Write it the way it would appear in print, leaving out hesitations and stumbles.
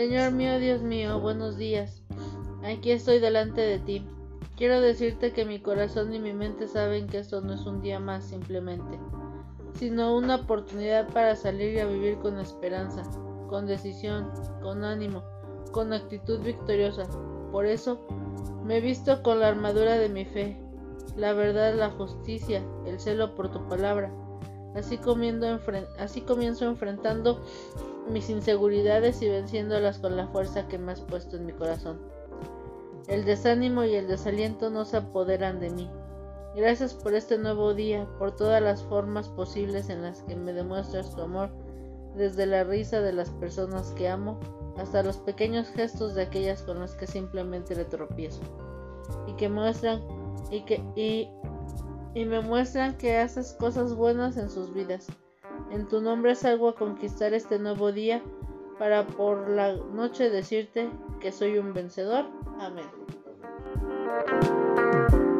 Señor mío, Dios mío, buenos días. Aquí estoy delante de ti. Quiero decirte que mi corazón y mi mente saben que esto no es un día más simplemente, sino una oportunidad para salir y a vivir con esperanza, con decisión, con ánimo, con actitud victoriosa. Por eso me he visto con la armadura de mi fe, la verdad, la justicia, el celo por tu palabra. Así comienzo enfrentando mis inseguridades y venciéndolas con la fuerza que me has puesto en mi corazón. El desánimo y el desaliento no se apoderan de mí. Gracias por este nuevo día, por todas las formas posibles en las que me demuestras tu amor, desde la risa de las personas que amo hasta los pequeños gestos de aquellas con las que simplemente le tropiezo y me muestran que haces cosas buenas en sus vidas. En tu nombre salgo a conquistar este nuevo día para por la noche decirte que soy un vencedor. Amén.